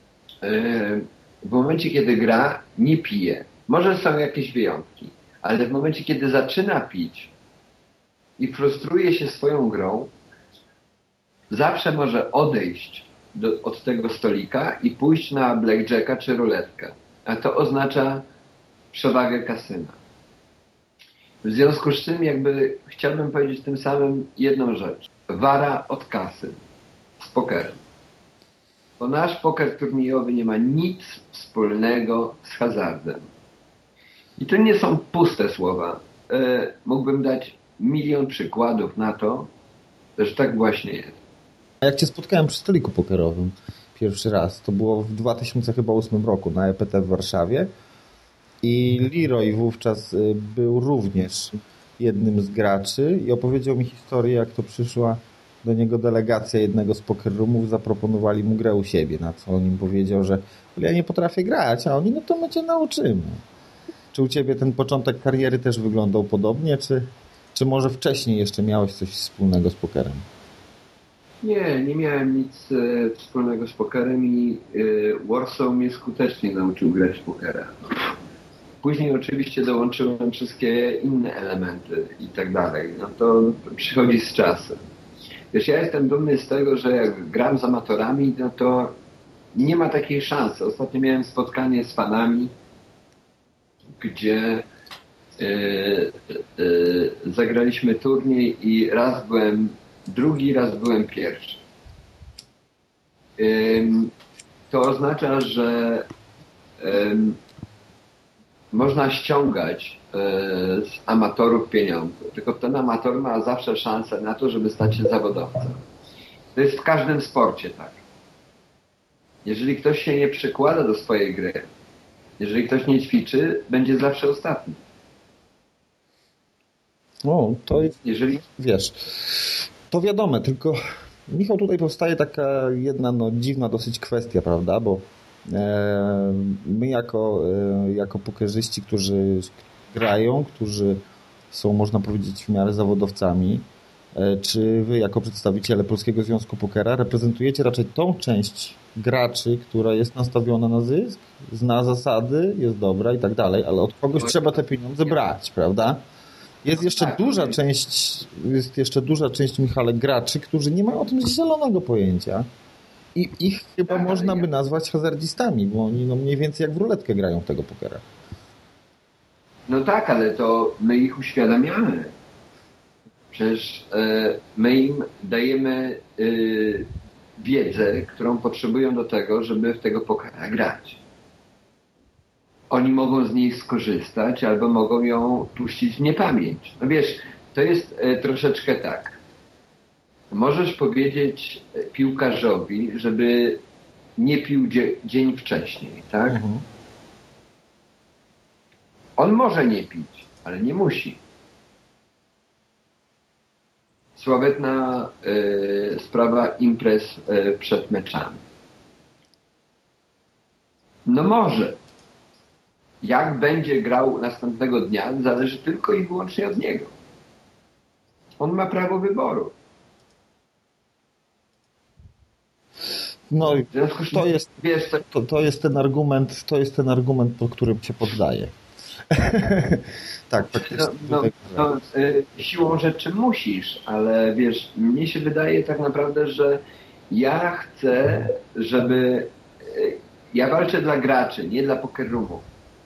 w momencie, kiedy gra, nie pije. Może są jakieś wyjątki, ale w momencie, kiedy zaczyna pić i frustruje się swoją grą, zawsze może odejść od tego stolika i pójść na blackjacka czy ruletkę. A to oznacza przewagę kasyna. W związku z czym jakby chciałbym powiedzieć tym samym jedną rzecz. Wara od kasyn z pokerem. Bo nasz poker turniejowy nie ma nic wspólnego z hazardem. I to nie są puste słowa. Mógłbym dać 1 000 000 przykładów na to, że tak właśnie jest. Jak cię spotkałem przy stoliku pokerowym pierwszy raz, to było w 2008 roku na EPT w Warszawie i Leroy wówczas był również jednym z graczy i opowiedział mi historię, jak to przyszła do niego delegacja jednego z poker roomów, zaproponowali mu grę u siebie, na co on im powiedział, że ja nie potrafię grać, a oni, no to my cię nauczymy. Czy u ciebie ten początek kariery też wyglądał podobnie, czy może wcześniej jeszcze miałeś coś wspólnego z pokerem? Nie miałem nic wspólnego z pokerem i Warsaw mnie skutecznie nauczył grać w pokera. Później oczywiście dołączyłem wszystkie inne elementy i tak dalej. No to przychodzi z czasem. Wiesz, ja jestem dumny z tego, że jak gram z amatorami, no to nie ma takiej szansy. Ostatnio miałem spotkanie z fanami, gdzie zagraliśmy turniej i raz byłem drugi, raz byłem pierwszy. To oznacza, że można ściągać z amatorów pieniądze. Tylko ten amator ma zawsze szansę na to, żeby stać się zawodowcem. To jest w każdym sporcie tak. Jeżeli ktoś się nie przykłada do swojej gry, jeżeli ktoś nie ćwiczy, będzie zawsze ostatni. No, to jeżeli wiesz, to wiadomo, tylko Michał, tutaj powstaje taka jedna dziwna dosyć kwestia, prawda, bo my jako pokerzyści, którzy grają, którzy są, można powiedzieć, w miarę zawodowcami, czy wy jako przedstawiciele Polskiego Związku Pokera reprezentujecie raczej tą część graczy, która jest nastawiona na zysk, zna zasady, jest dobra i tak dalej, ale od kogoś trzeba te pieniądze brać, prawda? Jest jeszcze duża część, Michale, graczy, którzy nie mają o tym zielonego pojęcia. I ich chyba można by nazwać hazardzistami, bo oni mniej więcej jak w ruletkę grają w tego pokera. No tak, ale to my ich uświadamiamy. Przecież my im dajemy wiedzę, którą potrzebują do tego, żeby w tego pokera grać. Oni mogą z niej skorzystać albo mogą ją puścić w niepamięć. No wiesz, to jest troszeczkę tak. Możesz powiedzieć piłkarzowi, żeby nie pił dzień wcześniej, tak? Mhm. On może nie pić, ale nie musi. Sławetna sprawa imprez przed meczami. No może. Jak będzie grał następnego dnia, zależy tylko i wyłącznie od niego. On ma prawo wyboru. No i W związku z czym, to jest, wiesz, to jest ten argument, po którym się poddaję. Tak, faktycznie. Siłą rzeczy musisz, ale wiesz, mnie się wydaje tak naprawdę, że ja chcę, żeby... Ja walczę dla graczy, nie dla poker roomów.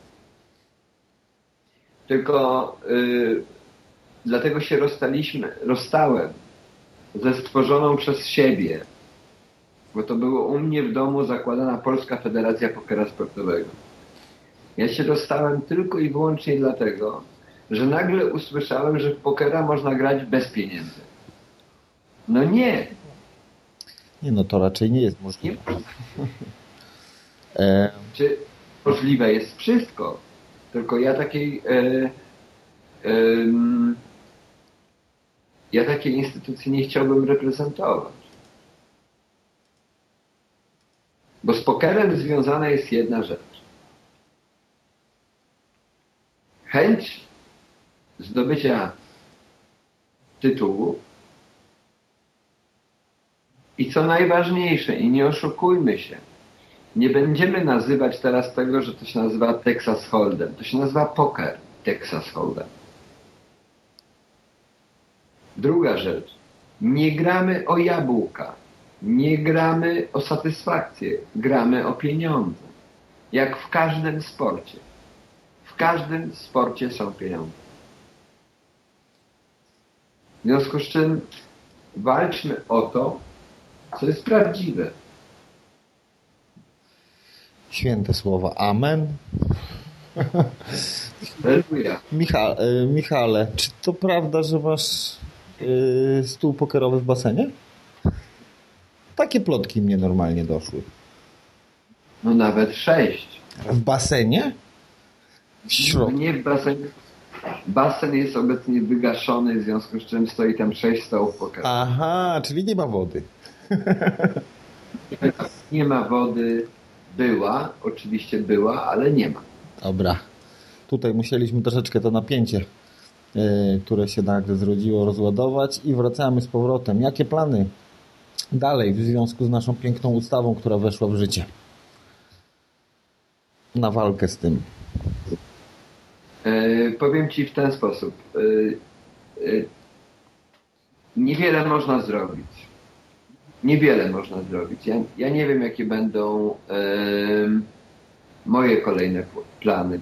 Tylko dlatego się rozstałem ze stworzoną przez siebie, bo to było u mnie w domu zakładana Polska Federacja Pokera Sportowego. Ja się rozstałem tylko i wyłącznie dlatego, że nagle usłyszałem, że w pokera można grać bez pieniędzy. No nie. Nie, no to raczej nie jest możliwe. Czy możliwe jest wszystko? Tylko ja takiej instytucji nie chciałbym reprezentować. Bo z pokerem związana jest jedna rzecz. Chęć zdobycia tytułu i co najważniejsze, i nie oszukujmy się, nie będziemy nazywać teraz tego, że to się nazywa Texas Hold'em. To się nazywa poker Texas Hold'em. Druga rzecz. Nie gramy o jabłka. Nie gramy o satysfakcję. Gramy o pieniądze. Jak w każdym sporcie. W każdym sporcie są pieniądze. W związku z czym walczmy o to, co jest prawdziwe. Święte słowa. Amen. Dziękuję. Michale, czy to prawda, że masz stół pokerowy w basenie? Takie plotki mnie normalnie doszły. No nawet 6. W basenie? W środku. Nie w basenie. Basen jest obecnie wygaszony, w związku z czym stoi tam 6 stołów pokerowych. Aha, czyli nie ma wody. Nie ma wody. Oczywiście była, ale nie ma. Dobra. Tutaj musieliśmy troszeczkę to napięcie, które się nagle zrodziło, rozładować i wracamy z powrotem. Jakie plany dalej w związku z naszą piękną ustawą, która weszła w życie? Na walkę z tym. Powiem Ci w ten sposób. Niewiele można zrobić. Niewiele można zrobić. Ja nie wiem, jakie będą moje kolejne plany.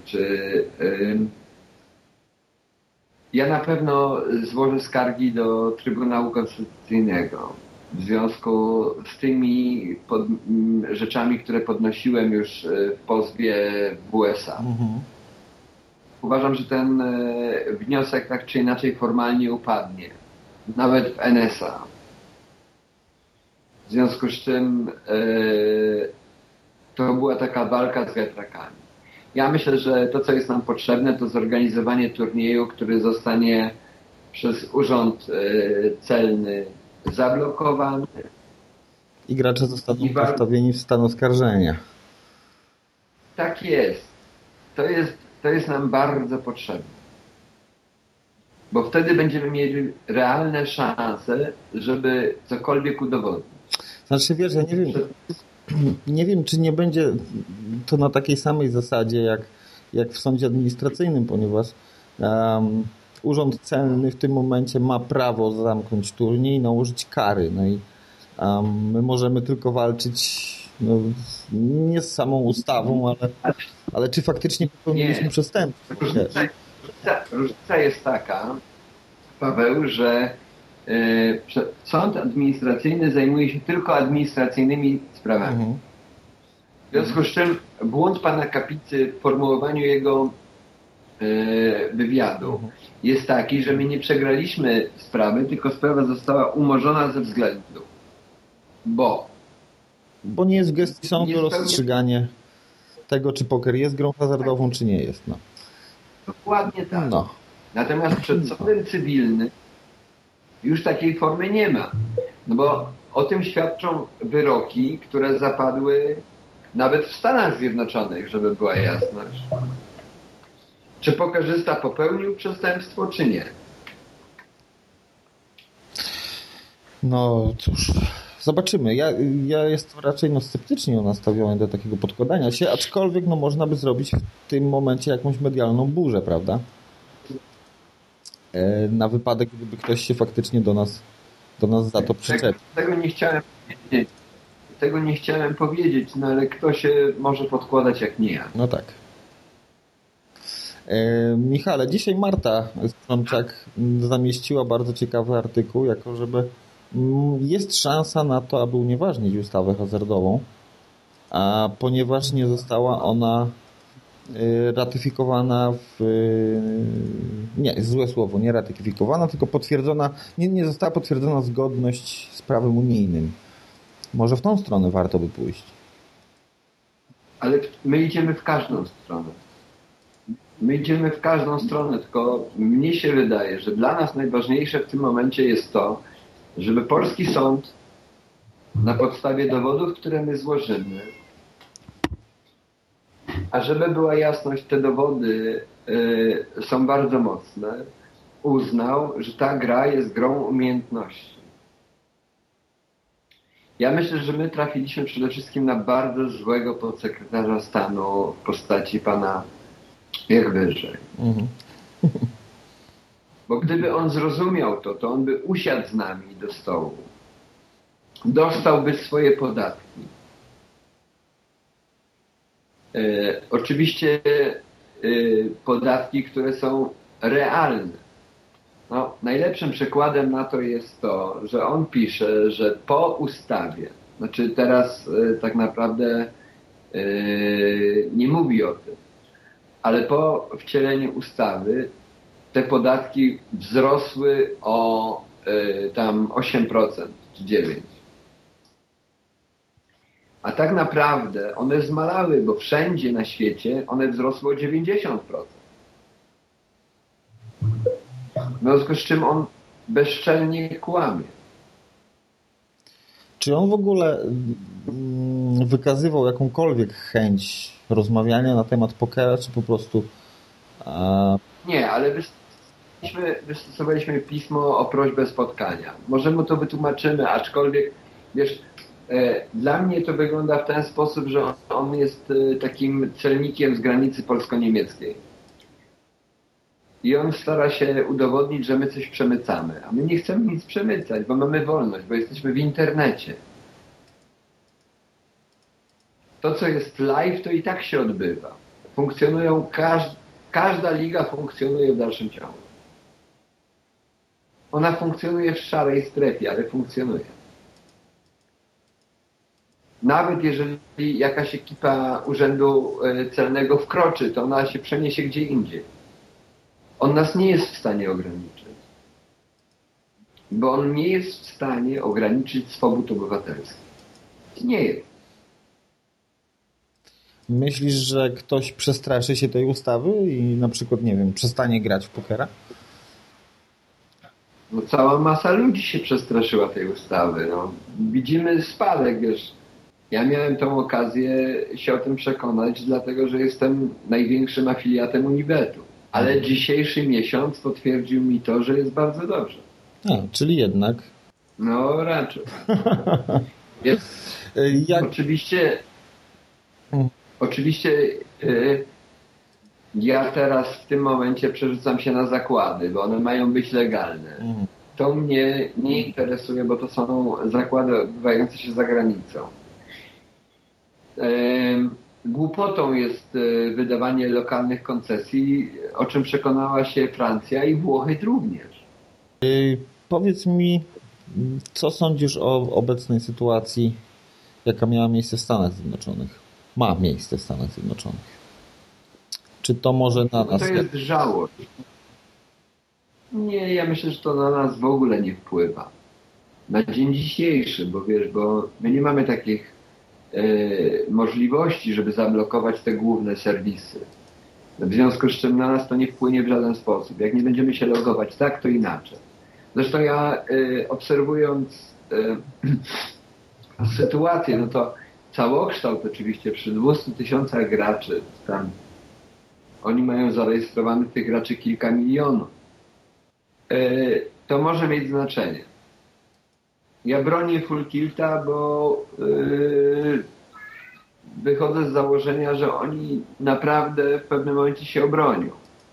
Ja na pewno złożę skargi do Trybunału Konstytucyjnego w związku z tymi rzeczami, które podnosiłem już w pozwie w USA. Mhm. Uważam, że ten wniosek tak czy inaczej formalnie upadnie. Nawet w NSA. W związku z czym to była taka walka z wiatrakami. Ja myślę, że to, co jest nam potrzebne, to zorganizowanie turnieju, który zostanie przez Urząd Celny zablokowany. I gracze zostaną postawieni w stan oskarżenia. Tak jest. To jest nam bardzo potrzebne. Bo wtedy będziemy mieli realne szanse, żeby cokolwiek udowodnić. Znaczy wiesz, ja nie wiem, czy nie będzie to na takiej samej zasadzie jak w sądzie administracyjnym, ponieważ Urząd Celny w tym momencie ma prawo zamknąć turniej i nałożyć kary. No i my możemy tylko walczyć nie z samą ustawą, ale czy faktycznie popełniliśmy przestępstwo. Różnica jest taka, Paweł, że sąd administracyjny zajmuje się tylko administracyjnymi sprawami. W związku z czym błąd pana Kapicy w formułowaniu jego wywiadu jest taki, że my nie przegraliśmy sprawy, tylko sprawa została umorzona ze względu, bo nie jest w gestii sądu rozstrzyganie tego, czy poker jest grą hazardową, czy nie jest. No. Dokładnie tak. No. Natomiast przed sądem cywilnym już takiej formy nie ma. No bo o tym świadczą wyroki, które zapadły nawet w Stanach Zjednoczonych, żeby była jasność. Czy pokerzysta popełnił przestępstwo, czy nie? No cóż, zobaczymy. Ja jestem raczej sceptycznie nastawiony do takiego podkładania się, aczkolwiek można by zrobić w tym momencie jakąś medialną burzę, prawda? Na wypadek, gdyby ktoś się faktycznie do nas za to przyczepił. Tego nie chciałem powiedzieć, no ale kto się może podkładać jak nie ja. No tak. Michale, dzisiaj Marta Strączak zamieściła bardzo ciekawy artykuł, jako żeby jest szansa na to, aby unieważnić ustawę hazardową, a ponieważ nie została ona ratyfikowana złe słowo, nie ratyfikowana, tylko potwierdzona, nie została potwierdzona zgodność z prawem unijnym. Może w tą stronę warto by pójść. Ale my idziemy w każdą stronę. Tylko mnie się wydaje, że dla nas najważniejsze w tym momencie jest to, żeby polski sąd na podstawie dowodów, które my złożymy, a żeby była jasność, te dowody są bardzo mocne, uznał, że ta gra jest grą umiejętności. Ja myślę, że my trafiliśmy przede wszystkim na bardzo złego podsekretarza stanu w postaci pana jak wyżej. Bo gdyby on zrozumiał to on by usiadł z nami do stołu. Dostałby swoje podatki. Oczywiście podatki, które są realne. No, najlepszym przykładem na to jest to, że on pisze, że po ustawie, znaczy teraz tak naprawdę nie mówi o tym, ale po wcieleniu ustawy te podatki wzrosły o tam 8% czy 9%. A tak naprawdę one zmalały, bo wszędzie na świecie one wzrosły o 90%. W związku z czym on bezczelnie kłamie. Czy on w ogóle wykazywał jakąkolwiek chęć rozmawiania na temat pokera, czy po prostu... Nie, ale wystosowaliśmy pismo o prośbę spotkania. Może mu to wytłumaczymy, aczkolwiek wiesz, dla mnie to wygląda w ten sposób, że on jest takim celnikiem z granicy polsko-niemieckiej. I on stara się udowodnić, że my coś przemycamy. A my nie chcemy nic przemycać, bo mamy wolność, bo jesteśmy w internecie. To, co jest live, to i tak się odbywa. Funkcjonują, każda liga funkcjonuje w dalszym ciągu. Ona funkcjonuje w szarej strefie, ale funkcjonuje. Nawet jeżeli jakaś ekipa Urzędu Celnego wkroczy, to ona się przeniesie gdzie indziej. On nas nie jest w stanie ograniczyć. Bo on nie jest w stanie ograniczyć swobód obywatelskich. Nie jest. Myślisz, że ktoś przestraszy się tej ustawy i na przykład, nie wiem, przestanie grać w pokera? No, cała masa ludzi się przestraszyła tej ustawy. No, widzimy spadek, wiesz. Ja miałem tą okazję się o tym przekonać, dlatego że jestem największym afiliatem Unibetu. Ale dzisiejszy miesiąc potwierdził mi to, że jest bardzo dobrze. Czyli jednak. No raczej. Jest, Jak... Oczywiście ja teraz w tym momencie przerzucam się na zakłady, bo one mają być legalne. To mnie nie interesuje, bo to są zakłady odbywające się za granicą. Głupotą jest wydawanie lokalnych koncesji, o czym przekonała się Francja i Włochy również. Powiedz mi, co sądzisz o obecnej sytuacji, jaka miała miejsce w Stanach Zjednoczonych? Ma miejsce w Stanach Zjednoczonych. Czy to może na nas... To jest żałość. Nie, ja myślę, że to na nas w ogóle nie wpływa. Na dzień dzisiejszy, bo my nie mamy takich możliwości, żeby zablokować te główne serwisy. W związku z czym na nas to nie wpłynie w żaden sposób. Jak nie będziemy się logować tak, to inaczej. Zresztą ja obserwując sytuację, no to całokształt oczywiście przy 200 000 graczy, tam oni mają zarejestrowanych tych graczy kilka milionów. To może mieć znaczenie. Ja bronię full tilta, bo wychodzę z założenia, że oni naprawdę w pewnym momencie się obronią.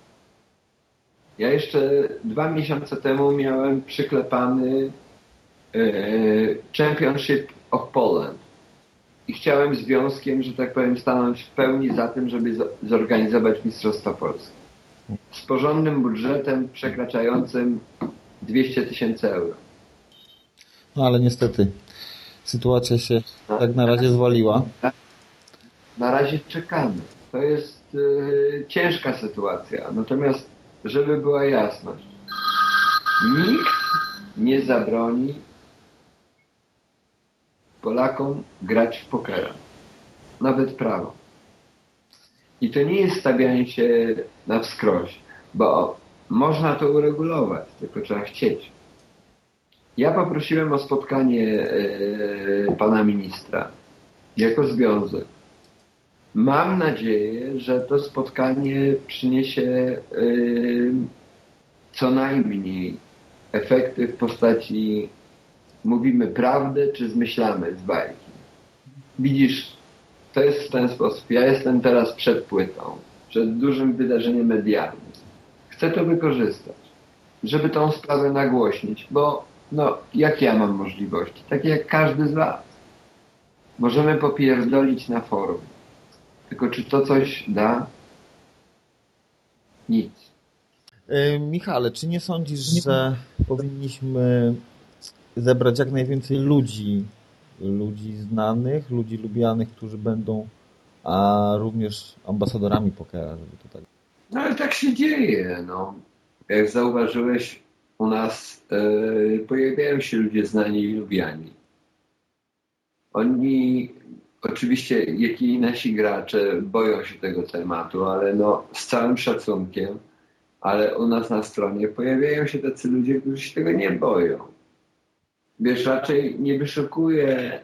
Ja jeszcze 2 miesiące temu miałem przyklepany Championship of Poland i chciałem związkiem, że tak powiem, stanąć w pełni za tym, żeby zorganizować Mistrzostwa Polski. Z porządnym budżetem przekraczającym 200 000 euro. No ale niestety sytuacja się tak na razie zwaliła. Na razie czekamy. To jest ciężka sytuacja. Natomiast, żeby była jasność, nikt nie zabroni Polakom grać w pokera. Nawet prawo. I to nie jest stawianie się na wskroś, bo można to uregulować, tylko trzeba chcieć. Ja poprosiłem o spotkanie pana ministra jako związek. Mam nadzieję, że to spotkanie przyniesie co najmniej efekty w postaci mówimy prawdę, czy zmyślamy z bajki. Widzisz, to jest w ten sposób. Ja jestem teraz przed płytą, przed dużym wydarzeniem medialnym. Chcę to wykorzystać, żeby tą sprawę nagłośnić, bo jak ja mam możliwości? Tak jak każdy z was. Możemy popierdolić na forum. Tylko czy to coś da? Nic. Michale, czy nie sądzisz, że powinniśmy zebrać jak najwięcej ludzi znanych, ludzi lubianych, którzy będą również ambasadorami pokera, żeby to tak... No ale tak się dzieje, Jak zauważyłeś, u nas pojawiają się ludzie znani i lubiani. Oni, oczywiście, jak i nasi gracze, boją się tego tematu, ale z całym szacunkiem, ale u nas na stronie pojawiają się tacy ludzie, którzy się tego nie boją. Wiesz, raczej nie wyszukuję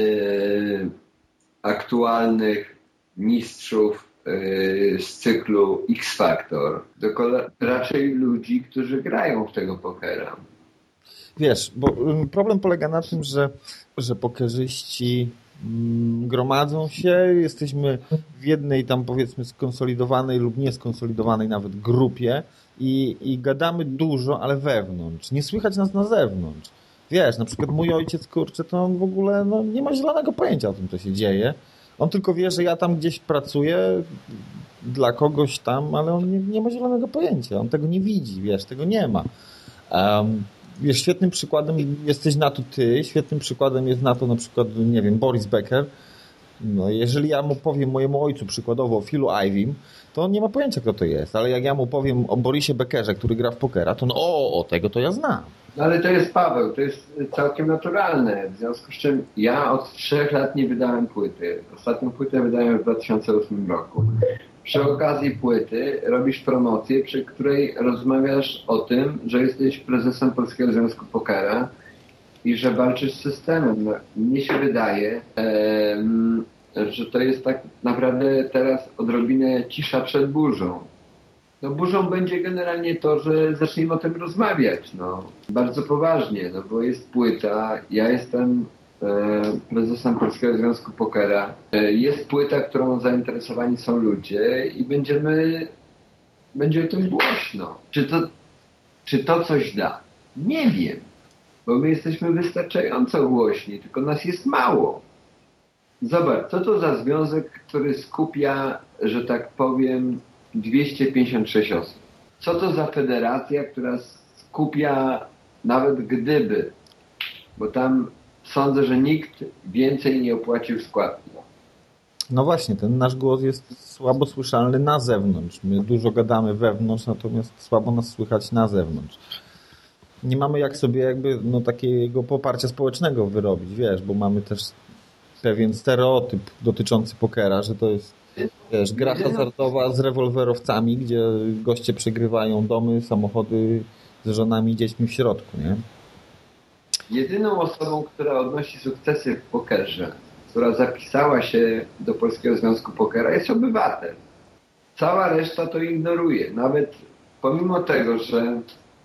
aktualnych mistrzów z cyklu X Factor, tylko raczej ludzi, którzy grają w tego pokera. Wiesz, bo problem polega na tym, że pokerzyści gromadzą się, jesteśmy w jednej tam powiedzmy skonsolidowanej lub nieskonsolidowanej nawet grupie i gadamy dużo, ale wewnątrz. Nie słychać nas na zewnątrz. Wiesz, na przykład mój ojciec, kurczę, to on w ogóle nie ma zielonego pojęcia o tym, co się dzieje. On tylko wie, że ja tam gdzieś pracuję dla kogoś tam, ale on nie ma zielonego pojęcia. On tego nie widzi, wiesz, tego nie ma. Wiesz, świetnym przykładem jesteś na to ty, świetnym przykładem jest na to na przykład, nie wiem, Boris Becker. Jeżeli ja mu powiem mojemu ojcu przykładowo o Philu Ivym, to on nie ma pojęcia, kto to jest, ale jak ja mu powiem o Borisie Beckerze, który gra w pokera, to tego to ja znam. Ale to jest, Paweł, to jest całkiem naturalne, w związku z czym ja od 3 lat nie wydałem płyty. Ostatnią płytę wydałem w 2008 roku. Przy okazji płyty robisz promocję, przy której rozmawiasz o tym, że jesteś prezesem Polskiego Związku Pokera i że walczysz z systemem. Mnie się wydaje, że to jest tak naprawdę teraz odrobinę cisza przed burzą. No burzą będzie generalnie to, że zaczniemy o tym rozmawiać, bardzo poważnie, bo jest płyta, ja jestem prezesem Polskiego Związku Pokera, jest płyta, którą zainteresowani są ludzie i będzie o tym głośno. Czy to coś da? Nie wiem, bo my jesteśmy wystarczająco głośni, tylko nas jest mało. Zobacz, co to za związek, który skupia, że tak powiem, 256 osób? Co to za federacja, która skupia, nawet gdyby, bo tam sądzę, że nikt więcej nie opłacił składki. No właśnie, ten nasz głos jest słabo słyszalny na zewnątrz. My dużo gadamy wewnątrz, natomiast słabo nas słychać na zewnątrz. Nie mamy jak sobie takiego poparcia społecznego wyrobić, bo mamy też pewien stereotyp dotyczący pokera, że to jest, gra hazardowa z rewolwerowcami, gdzie goście przegrywają domy, samochody z żonami i dziećmi w środku, nie? Jedyną osobą, która odnosi sukcesy w pokerze, która zapisała się do Polskiego Związku Pokera, jest obywatel. Cała reszta to ignoruje. Nawet pomimo tego, że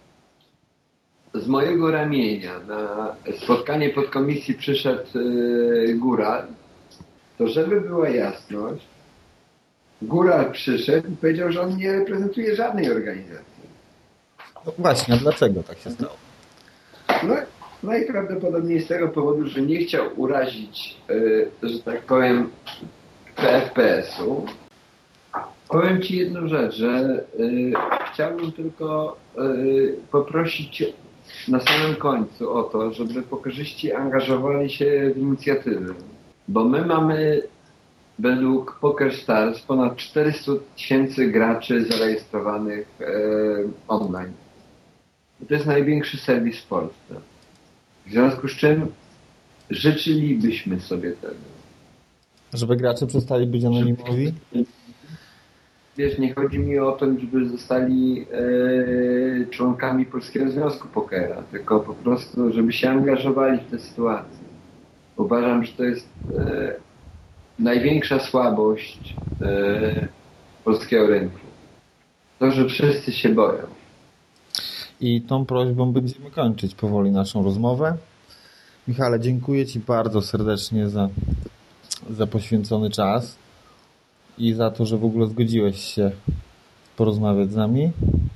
z mojego ramienia na spotkanie podkomisji przyszedł Góral, to żeby była jasność, Góral przyszedł i powiedział, że on nie reprezentuje żadnej organizacji. No właśnie, a dlaczego tak się stało? No, najprawdopodobniej z tego powodu, że nie chciał urazić, że tak powiem, PFPS-u. Powiem Ci jedną rzecz, że chciałbym tylko poprosić na samym końcu o to, żeby pokerzyści angażowali się w inicjatywy. Bo my mamy według PokerStars ponad 400 000 graczy zarejestrowanych online. To jest największy serwis w Polsce. W związku z czym życzylibyśmy sobie tego. Żeby gracze przestali być anonimowi? Wiesz, nie chodzi mi o to, żeby zostali członkami Polskiego Związku Pokera, tylko po prostu, żeby się angażowali w tę sytuację. Uważam, że to jest największa słabość polskiego rynku. To, że wszyscy się boją. I tą prośbą będziemy kończyć powoli naszą rozmowę. Michale, dziękuję Ci bardzo serdecznie za poświęcony czas i za to, że w ogóle zgodziłeś się porozmawiać z nami.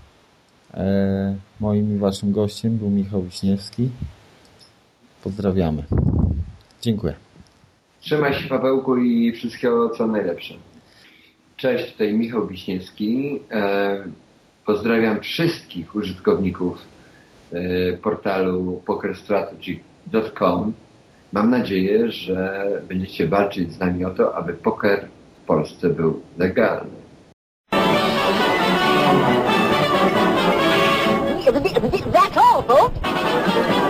Moim i Waszym gościem był Michał Wiśniewski. Pozdrawiamy. Dziękuję. Trzymaj się, Pawełku, i wszystkiego co najlepsze. Cześć, tutaj Michał Wiśniewski. Pozdrawiam wszystkich użytkowników portalu pokerstrategy.com. Mam nadzieję, że będziecie walczyć z nami o to, aby poker w Polsce był legalny. That's all, folks.